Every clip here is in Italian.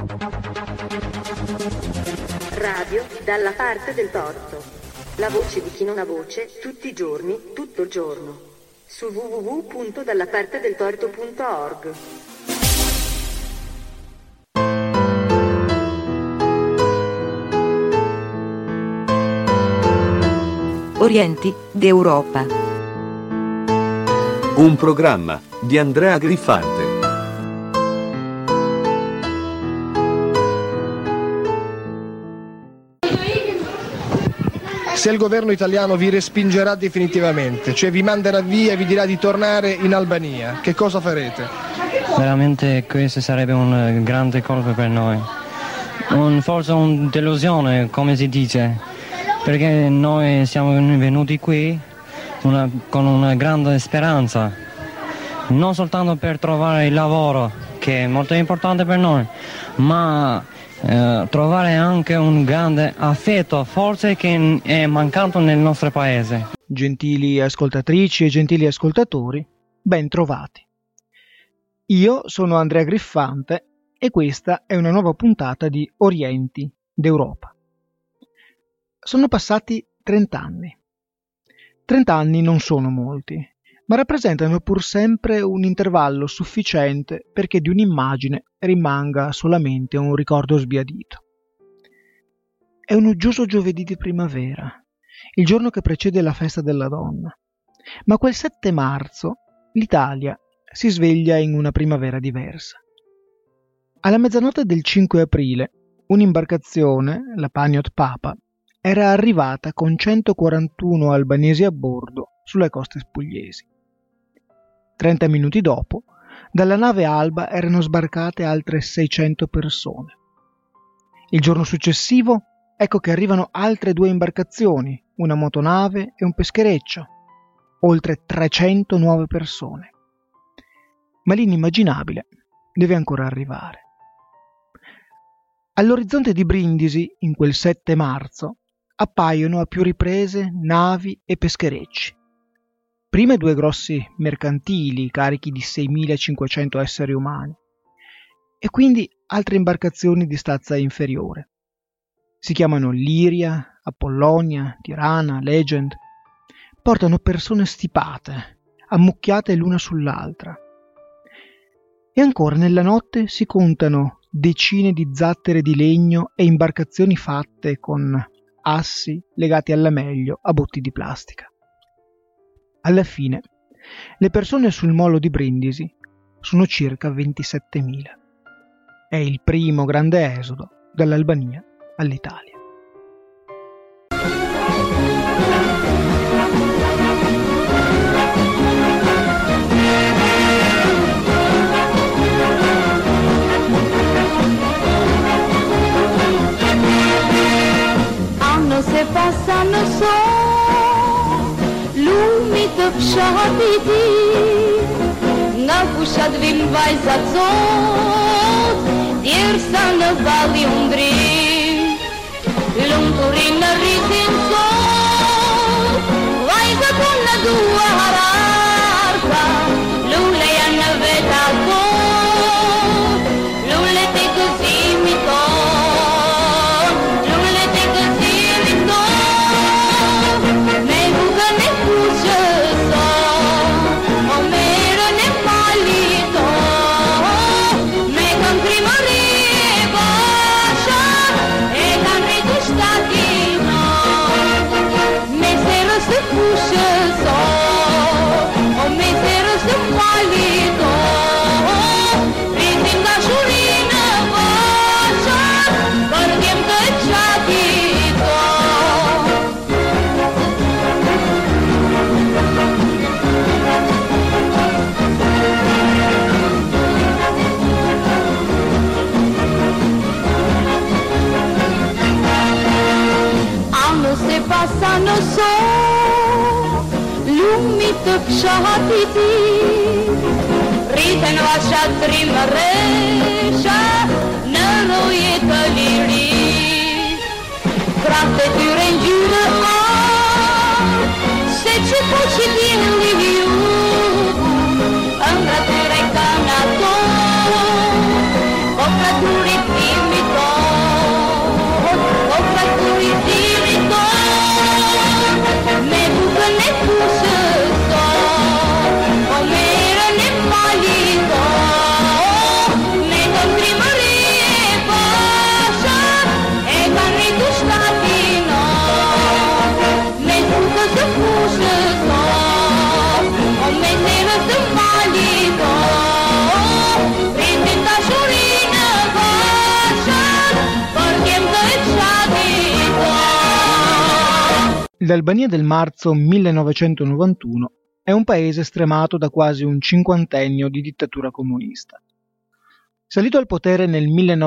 Radio dalla parte del torto. La voce di chi non ha voce, tutti i giorni, tutto il giorno. Su www.dallapartedeltorto.org. Orienti d'Europa. Un programma di Andrea Griffante. Se il governo italiano vi respingerà definitivamente, cioè vi manderà via e vi dirà di tornare in Albania, che cosa farete? Veramente questo sarebbe un grande colpo per noi. Forse una delusione, come si dice, perché noi siamo venuti qui con una grande speranza, non soltanto per trovare il lavoro, che è molto importante per noi, ma trovare anche un grande affetto, forse che è mancato nel nostro paese. Gentili ascoltatrici e gentili ascoltatori, ben trovati. Io sono Andrea Griffante e questa è una nuova puntata di Orienti d'Europa. Sono passati 30 anni. 30 anni non sono molti, ma rappresentano pur sempre un intervallo sufficiente perché di un'immagine rimanga solamente un ricordo sbiadito. È un uggioso giovedì di primavera, il giorno che precede la festa della donna, ma quel 7 marzo l'Italia si sveglia in una primavera diversa. Alla mezzanotte del 5 aprile un'imbarcazione, la Paniot Papa, era arrivata con 141 albanesi a bordo sulle coste pugliesi. 30 minuti dopo, dalla nave Alba erano sbarcate altre 600 persone. Il giorno successivo, ecco che arrivano altre 2 imbarcazioni, una motonave e un peschereccio, oltre 300 nuove persone. Ma l'inimmaginabile deve ancora arrivare. All'orizzonte di Brindisi, in quel 7 marzo, appaiono a più riprese navi e pescherecci. Prima 2 grossi mercantili carichi di 6.500 esseri umani e quindi altre imbarcazioni di stazza inferiore. Si chiamano Liria, Apollonia, Tirana, Legend. Portano persone stipate, ammucchiate l'una sull'altra. E ancora nella notte si contano decine di zattere di legno e imbarcazioni fatte con assi legati alla meglio a botti di plastica. Alla fine, le persone sul molo di Brindisi sono circa 27.000. È il primo grande esodo dall'Albania all'Italia. Anno se passano so lumi të fshatiti nga fushat vin vajza cot djersa në valli undri lumturin në rritin sot vajza kun në dua hararka lule janë në veta kot lule të gëzimi ton lule të gëzimi ton me bugën e fuqës o merën e palito me kanë primari e basha e kanë rritu shtatino me serës të fuqës o me serës të palito rritim nga shurinë e basha për djem të qatito. Anno se passano so lumi të fshatiti rriten vashat trimëresha në roje të liris krahët e tyre ngjyrë se që po që djeli ju ëndra tyre kanë ato po faturit L'Albania del marzo 1991 è un paese stremato da quasi un cinquantennio di dittatura comunista. Salito al potere nel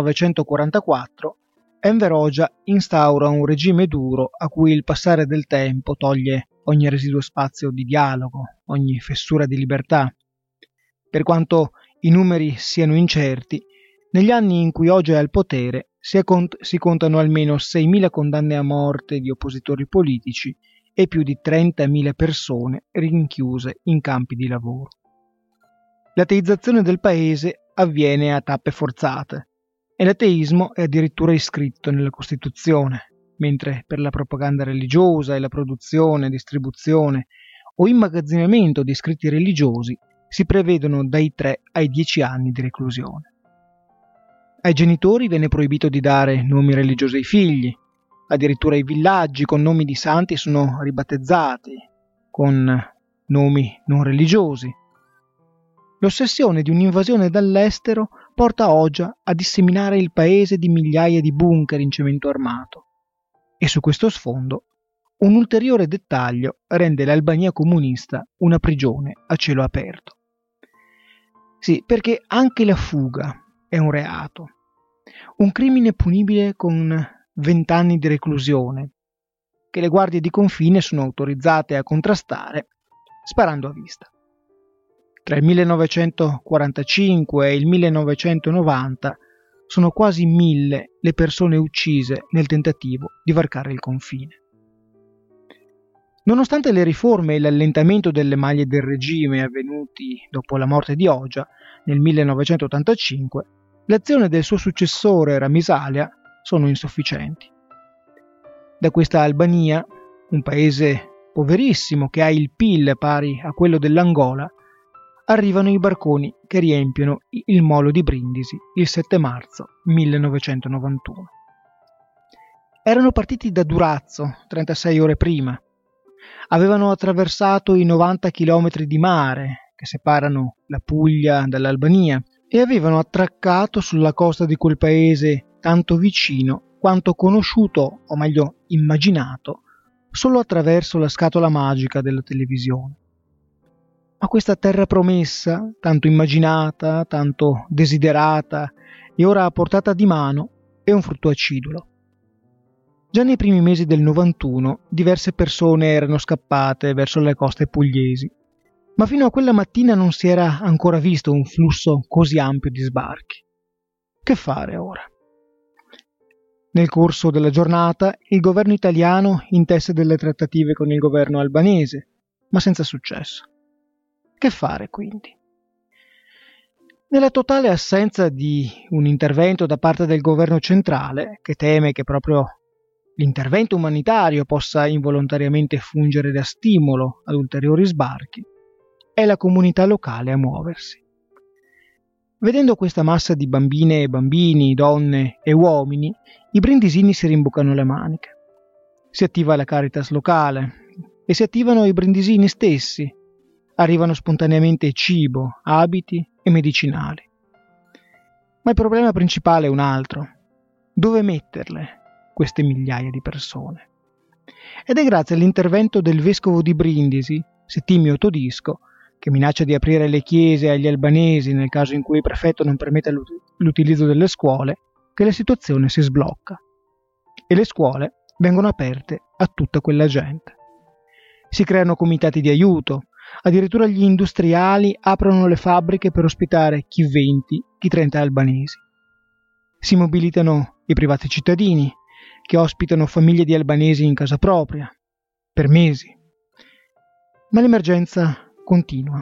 1944, Enver Hoxha instaura un regime duro a cui il passare del tempo toglie ogni residuo spazio di dialogo, ogni fessura di libertà. Per quanto i numeri siano incerti, negli anni in cui Hoxha è al potere si contano almeno 6.000 condanne a morte di oppositori politici e più di 30.000 persone rinchiuse in campi di lavoro. L'ateizzazione del paese avviene a tappe forzate e l'ateismo è addirittura iscritto nella Costituzione, mentre per la propaganda religiosa e la produzione, distribuzione o immagazzinamento di scritti religiosi si prevedono dai 3 ai 10 anni di reclusione. Ai genitori viene proibito di dare nomi religiosi ai figli, addirittura i villaggi con nomi di santi sono ribattezzati con nomi non religiosi. L'ossessione di un'invasione dall'estero porta Hoxha a disseminare il paese di migliaia di bunker in cemento armato. E su questo sfondo, un ulteriore dettaglio rende l'Albania comunista una prigione a cielo aperto. Sì, perché anche la fuga è un reato, un crimine punibile con 20 anni di reclusione, che le guardie di confine sono autorizzate a contrastare sparando a vista. Tra il 1945 e il 1990 sono quasi 1.000 le persone uccise nel tentativo di varcare il confine. Nonostante le riforme e l'allentamento delle maglie del regime avvenuti dopo la morte di Hoxha nel 1985, l'azione del suo successore Ramiz Alia sono insufficienti. Da questa Albania, un paese poverissimo che ha il PIL pari a quello dell'Angola, arrivano i barconi che riempiono il molo di Brindisi il 7 marzo 1991. Erano partiti da Durazzo 36 ore prima. Avevano attraversato i 90 chilometri di mare che separano la Puglia dall'Albania e avevano attraccato sulla costa di quel paese tanto vicino quanto conosciuto, o meglio immaginato, solo attraverso la scatola magica della televisione. Ma questa terra promessa, tanto immaginata, tanto desiderata e ora a portata di mano, è un frutto acidulo. Già nei primi mesi del 91 diverse persone erano scappate verso le coste pugliesi, ma fino a quella mattina non si era ancora visto un flusso così ampio di sbarchi. Che fare ora? Nel corso della giornata il governo italiano intesse delle trattative con il governo albanese, ma senza successo. Che fare quindi? Nella totale assenza di un intervento da parte del governo centrale, che teme che proprio l'intervento umanitario possa involontariamente fungere da stimolo ad ulteriori sbarchi, è la comunità locale a muoversi. Vedendo questa massa di bambine e bambini, donne e uomini, i brindisini si rimboccano le maniche. Si attiva la Caritas locale e si attivano i brindisini stessi. Arrivano spontaneamente cibo, abiti e medicinali. Ma il problema principale è un altro. Dove metterle queste migliaia di persone? Ed è grazie all'intervento del vescovo di Brindisi, Settimio Todisco, che minaccia di aprire le chiese agli albanesi nel caso in cui il prefetto non permetta l'utilizzo delle scuole, che la situazione si sblocca. E le scuole vengono aperte a tutta quella gente. Si creano comitati di aiuto, addirittura gli industriali aprono le fabbriche per ospitare chi 20, chi 30 albanesi. Si mobilitano i privati cittadini, che ospitano famiglie di albanesi in casa propria, per mesi. Ma l'emergenza continua.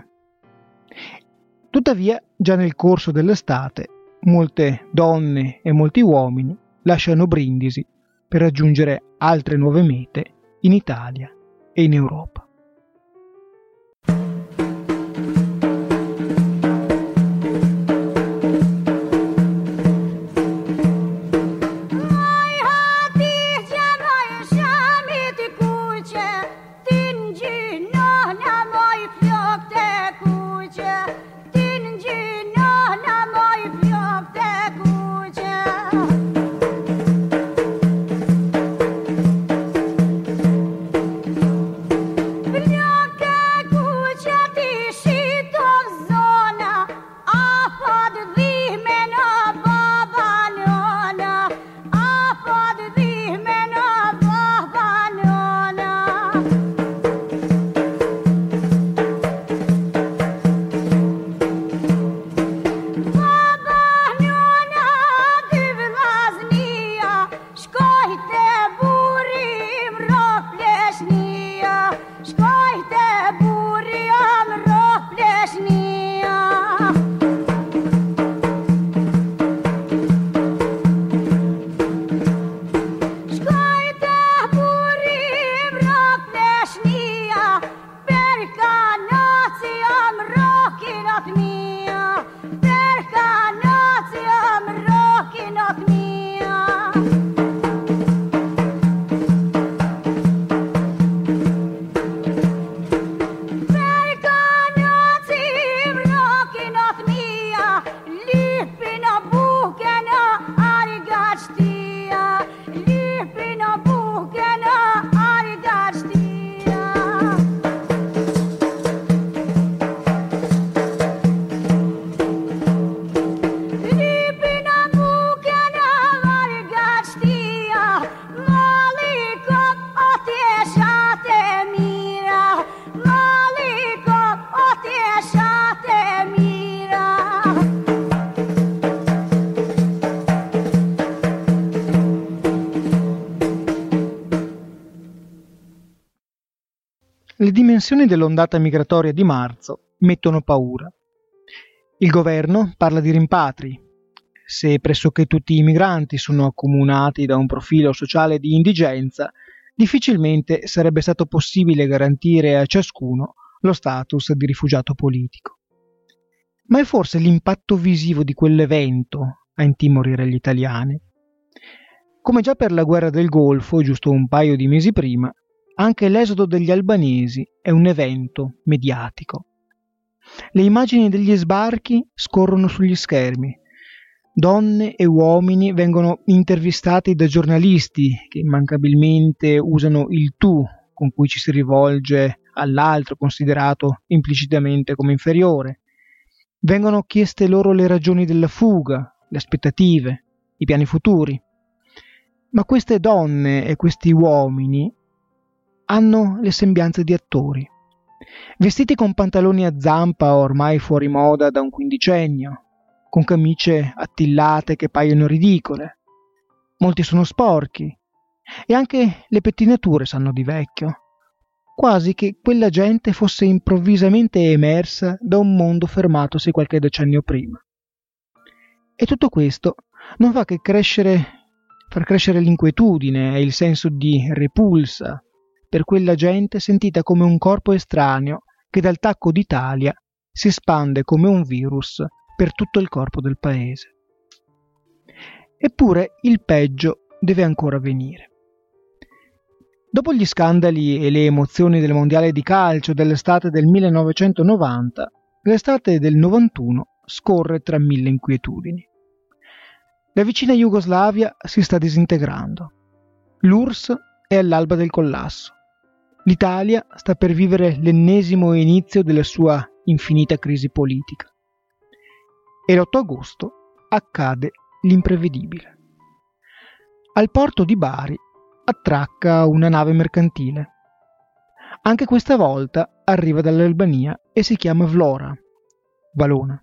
Tuttavia, già nel corso dell'estate, molte donne e molti uomini lasciano Brindisi per raggiungere altre nuove mete in Italia e in Europa. le dimensioni dell'ondata migratoria di marzo mettono paura. Il governo parla di rimpatri. Se pressoché tutti i migranti sono accomunati da un profilo sociale di indigenza, difficilmente sarebbe stato possibile garantire a ciascuno lo status di rifugiato politico. Ma è forse l'impatto visivo di quell'evento a intimorire gli italiani? Come già per la guerra del Golfo, giusto un paio di mesi prima, anche l'esodo degli albanesi è un evento mediatico. Le immagini degli sbarchi scorrono sugli schermi. Donne e uomini vengono intervistati da giornalisti che immancabilmente usano il tu con cui ci si rivolge all'altro considerato implicitamente come inferiore. Vengono chieste loro le ragioni della fuga, le aspettative, i piani futuri. Ma queste donne e questi uomini hanno le sembianze di attori, vestiti con pantaloni a zampa ormai fuori moda da un quindicennio, con camicie attillate che paiono ridicole. Molti sono sporchi e anche le pettinature sanno di vecchio, quasi che quella gente fosse improvvisamente emersa da un mondo fermatosi qualche decennio prima. E tutto questo non fa che far crescere l'inquietudine e il senso di repulsa per quella gente sentita come un corpo estraneo che dal tacco d'Italia si espande come un virus per tutto il corpo del paese. Eppure il peggio deve ancora venire. Dopo gli scandali e le emozioni del mondiale di calcio dell'estate del 1990, l'estate del 91 scorre tra mille inquietudini. La vicina Jugoslavia si sta disintegrando. L'URSS è all'alba del collasso. L'Italia sta per vivere l'ennesimo inizio della sua infinita crisi politica. E l'8 agosto accade l'imprevedibile. Al porto di Bari attracca una nave mercantile. Anche questa volta arriva dall'Albania e si chiama Vlora, Valona.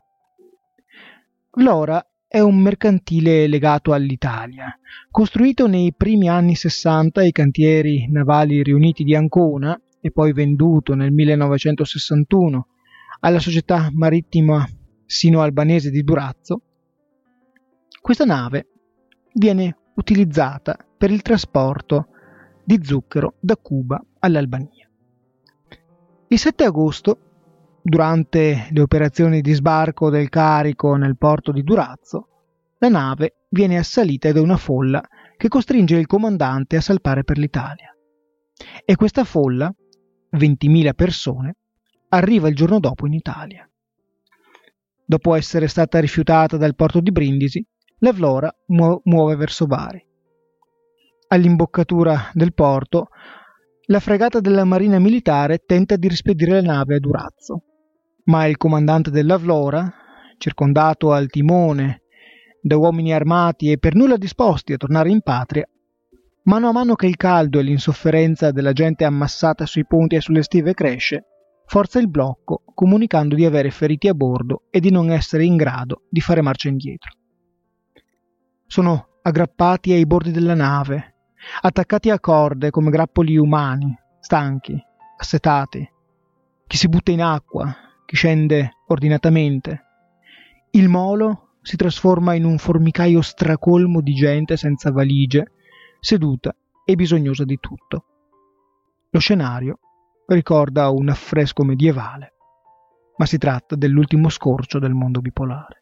Vlora è un mercantile legato all'Italia, costruito nei primi anni 60 ai cantieri navali riuniti di Ancona e poi venduto nel 1961 alla società marittima sino-albanese di Durazzo. Questa nave viene utilizzata per il trasporto di zucchero da Cuba all'Albania. Il 7 agosto, durante le operazioni di sbarco del carico nel porto di Durazzo, la nave viene assalita da una folla che costringe il comandante a salpare per l'Italia. E questa folla, 20.000 persone, arriva il giorno dopo in Italia. Dopo essere stata rifiutata dal porto di Brindisi, la Vlora muove verso Bari. All'imboccatura del porto, la fregata della Marina Militare tenta di rispedire la nave a Durazzo, ma il comandante della Vlora, circondato al timone da uomini armati e per nulla disposti a tornare in patria, mano a mano che il caldo e l'insofferenza della gente ammassata sui ponti e sulle stive cresce, forza il blocco comunicando di avere feriti a bordo e di non essere in grado di fare marcia indietro. Sono aggrappati ai bordi della nave, attaccati a corde come grappoli umani, stanchi, assetati. Chi si butta in acqua, chi scende ordinatamente. Il molo si trasforma in un formicaio stracolmo di gente senza valigie, seduta e bisognosa di tutto. Lo scenario ricorda un affresco medievale, ma si tratta dell'ultimo scorcio del mondo bipolare.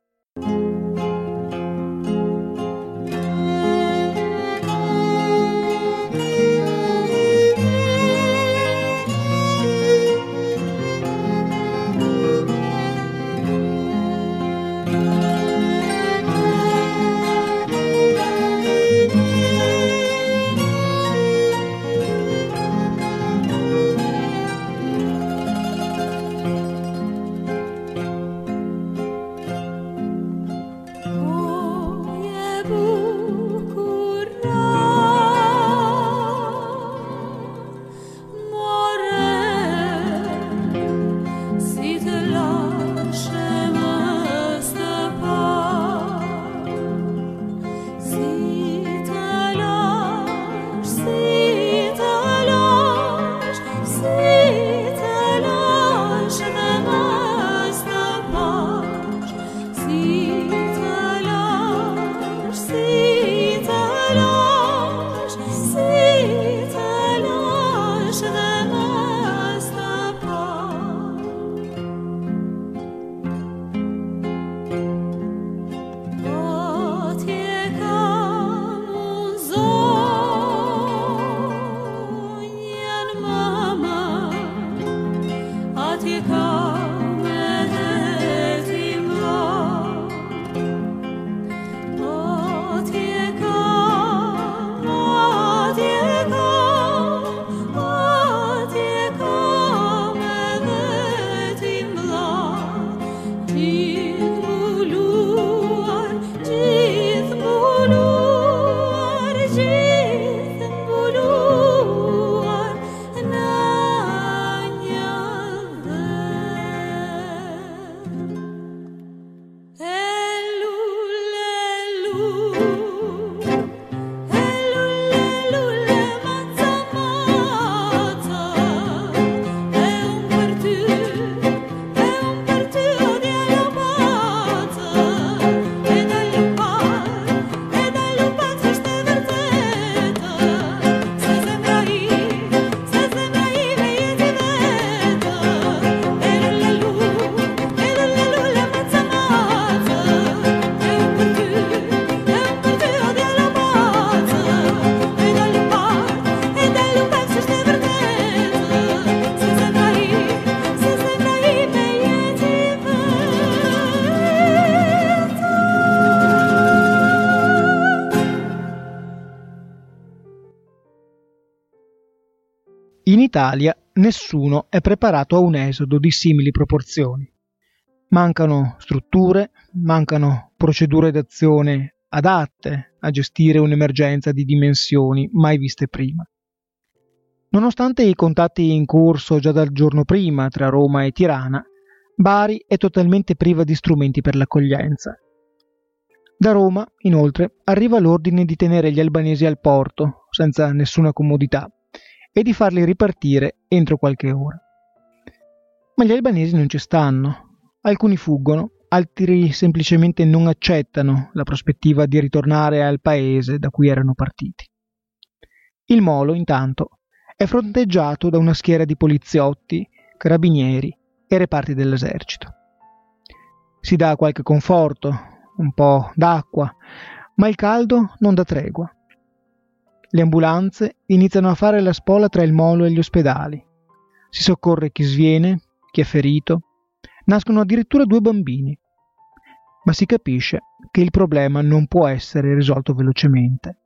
In Italia nessuno è preparato a un esodo di simili proporzioni. Mancano strutture, mancano procedure d'azione adatte a gestire un'emergenza di dimensioni mai viste prima. Nonostante i contatti in corso già dal giorno prima tra Roma e Tirana, Bari è totalmente priva di strumenti per l'accoglienza. Da Roma, inoltre, arriva l'ordine di tenere gli albanesi al porto, senza nessuna comodità, e di farli ripartire entro qualche ora. Ma gli albanesi non ci stanno. Alcuni fuggono, altri semplicemente non accettano la prospettiva di ritornare al paese da cui erano partiti. Il molo, intanto, è fronteggiato da una schiera di poliziotti, carabinieri e reparti dell'esercito. Si dà qualche conforto, un po' d'acqua, ma il caldo non dà tregua. Le ambulanze iniziano a fare la spola tra il molo e gli ospedali. Si soccorre chi sviene, chi è ferito. Nascono addirittura 2 bambini. Ma si capisce che il problema non può essere risolto velocemente.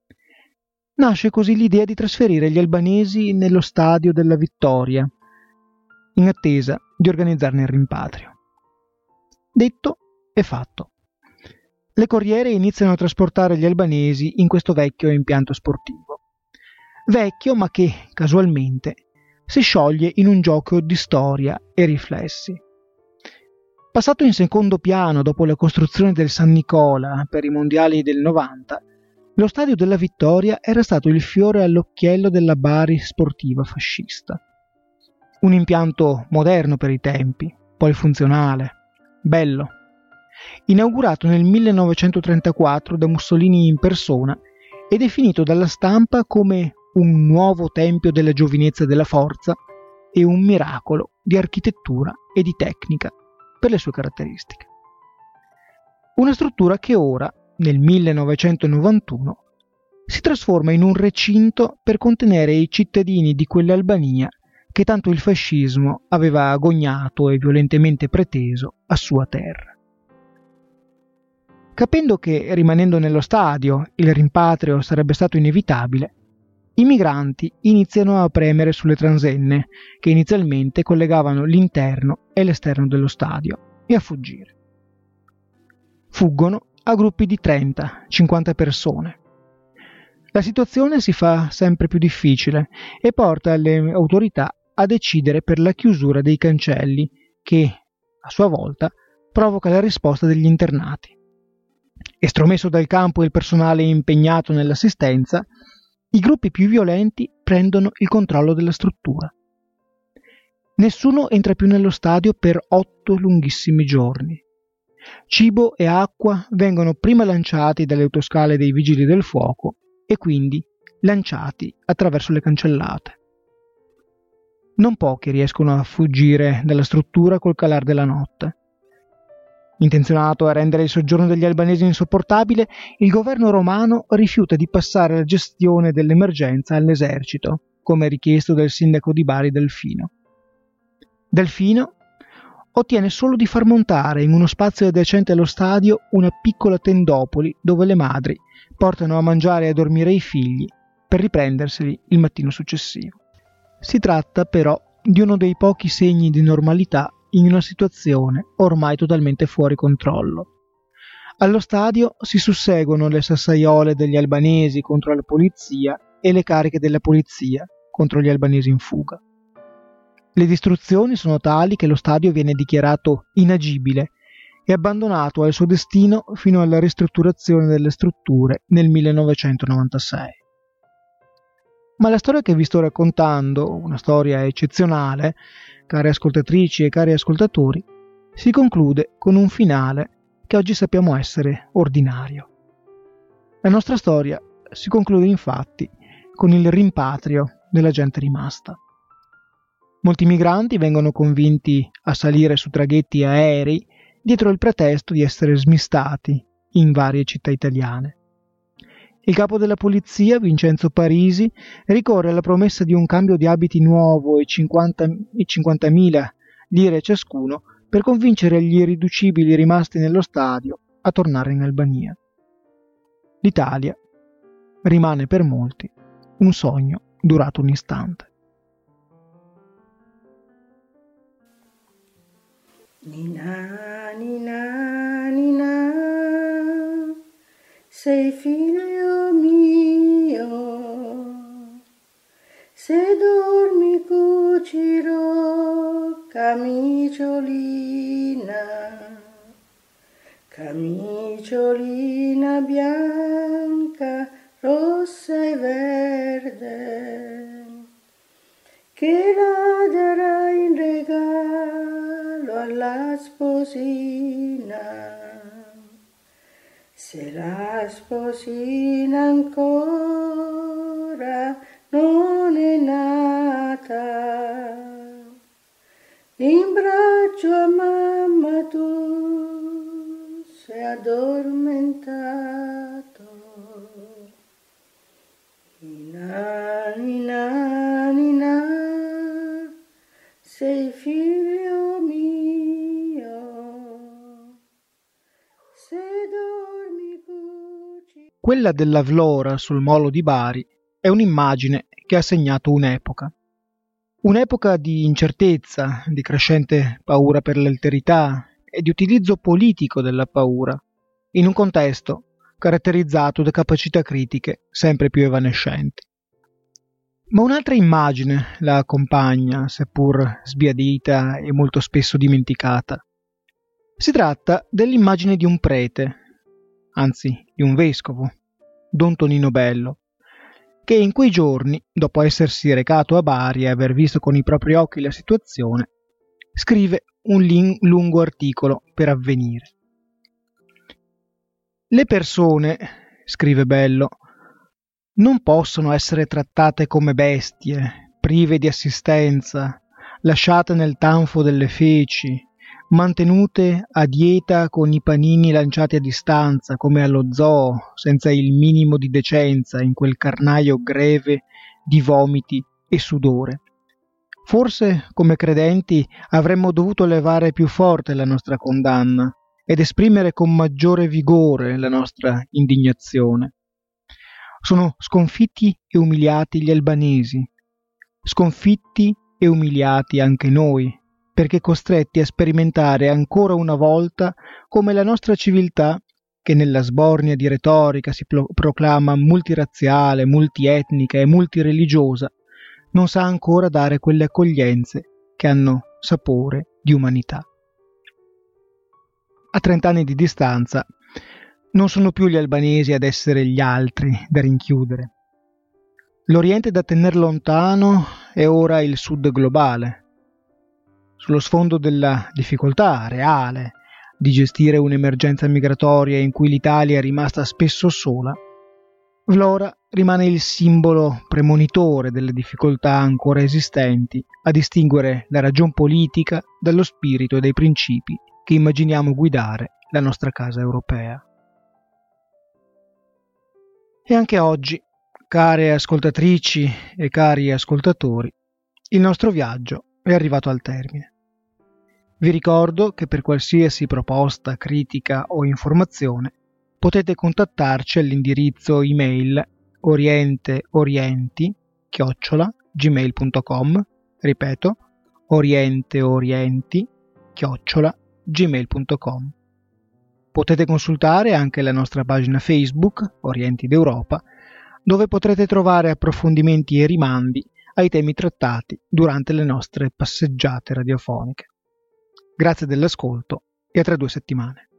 Nasce così l'idea di trasferire gli albanesi nello stadio della Vittoria, in attesa di organizzarne il rimpatrio. Detto e fatto. Le corriere iniziano a trasportare gli albanesi in questo vecchio impianto sportivo. Vecchio, ma che, casualmente, si scioglie in un gioco di storia e riflessi. Passato in secondo piano dopo la costruzione del San Nicola per i mondiali del 90, lo stadio della Vittoria era stato il fiore all'occhiello della Bari sportiva fascista. Un impianto moderno per i tempi, polifunzionale, bello. Inaugurato nel 1934 da Mussolini in persona e definito dalla stampa come un nuovo tempio della giovinezza e della forza e un miracolo di architettura e di tecnica per le sue caratteristiche. Una struttura che ora, nel 1991, si trasforma in un recinto per contenere i cittadini di quell'Albania che tanto il fascismo aveva agognato e violentemente preteso a sua terra. Capendo che, rimanendo nello stadio, il rimpatrio sarebbe stato inevitabile, i migranti iniziano a premere sulle transenne che inizialmente collegavano l'interno e l'esterno dello stadio e a fuggire. Fuggono a gruppi di 30-50 persone. La situazione si fa sempre più difficile e porta le autorità a decidere per la chiusura dei cancelli che, a sua volta, provoca la risposta degli internati. Estromesso dal campo il personale impegnato nell'assistenza, i gruppi più violenti prendono il controllo della struttura. Nessuno entra più nello stadio per 8 lunghissimi giorni. Cibo e acqua vengono prima lanciati dalle autoscale dei vigili del fuoco e quindi lanciati attraverso le cancellate. Non pochi riescono a fuggire dalla struttura col calar della notte. Intenzionato a rendere il soggiorno degli albanesi insopportabile, il governo romano rifiuta di passare la gestione dell'emergenza all'esercito, come richiesto dal sindaco di Bari Delfino. Delfino ottiene solo di far montare in uno spazio adiacente allo stadio una piccola tendopoli dove le madri portano a mangiare e a dormire i figli per riprenderseli il mattino successivo. Si tratta però di uno dei pochi segni di normalità in una situazione ormai totalmente fuori controllo. Allo stadio si susseguono le sassaiole degli albanesi contro la polizia e le cariche della polizia contro gli albanesi in fuga. Le distruzioni sono tali che lo stadio viene dichiarato inagibile e abbandonato al suo destino fino alla ristrutturazione delle strutture nel 1996. Ma la storia che vi sto raccontando, una storia eccezionale, care ascoltatrici e cari ascoltatori, si conclude con un finale che oggi sappiamo essere ordinario. La nostra storia si conclude infatti con il rimpatrio della gente rimasta. Molti migranti vengono convinti a salire su traghetti aerei dietro il pretesto di essere smistati in varie città italiane. Il capo della polizia, Vincenzo Parisi, ricorre alla promessa di un cambio di abiti nuovo e 50.000 lire ciascuno per convincere gli irriducibili rimasti nello stadio a tornare in Albania. L'Italia rimane per molti un sogno durato un istante. Nina, Nina, Nina, sei figlio mio, se dormi cucirò camiciolina, camiciolina bianca, rossa e verde, che la darai in regalo alla sposina. Se la sposina ancora non è nata, in braccio a mamma tu sei addormentato. Nina, Nina, Nina, sei figlio mio, se dormi cuci. Quella della Vlora sul molo di Bari è un'immagine che ha segnato un'epoca. Un'epoca di incertezza, di crescente paura per l'alterità e di utilizzo politico della paura, in un contesto caratterizzato da capacità critiche sempre più evanescenti. Ma un'altra immagine la accompagna, seppur sbiadita e molto spesso dimenticata. Si tratta dell'immagine di un prete, anzi di un vescovo, Don Tonino Bello, che in quei giorni, dopo essersi recato a Bari e aver visto con i propri occhi la situazione, scrive un lungo articolo per Avvenire. Le persone, scrive Bello, non possono essere trattate come bestie, prive di assistenza, lasciate nel tanfo delle feci, mantenute a dieta con i panini lanciati a distanza come allo zoo, senza il minimo di decenza in quel carnaio greve di vomiti e sudore. Forse, come credenti, avremmo dovuto levare più forte la nostra condanna ed esprimere con maggiore vigore la nostra indignazione. Sono sconfitti e umiliati gli albanesi, sconfitti e umiliati anche noi, perché costretti a sperimentare ancora una volta come la nostra civiltà, che nella sbornia di retorica si proclama multirazziale, multietnica e multireligiosa, non sa ancora dare quelle accoglienze che hanno sapore di umanità. A 30 anni di distanza non sono più gli albanesi ad essere gli altri da rinchiudere. L'Oriente da tener lontano è ora il Sud globale. Sullo sfondo della difficoltà reale di gestire un'emergenza migratoria in cui l'Italia è rimasta spesso sola, Vlora rimane il simbolo premonitore delle difficoltà ancora esistenti a distinguere la ragion politica dallo spirito e dai principi che immaginiamo guidare la nostra casa europea. E anche oggi, care ascoltatrici e cari ascoltatori, il nostro viaggio è arrivato al termine. Vi ricordo che per qualsiasi proposta, critica o informazione potete contattarci all'indirizzo email orienteorienti@gmail.com, ripeto, orienteorienti@gmail.com. Potete consultare anche la nostra pagina Facebook, Orienti d'Europa, dove potrete trovare approfondimenti e rimandi ai temi trattati durante le nostre passeggiate radiofoniche. Grazie dell'ascolto e a tra 2 settimane.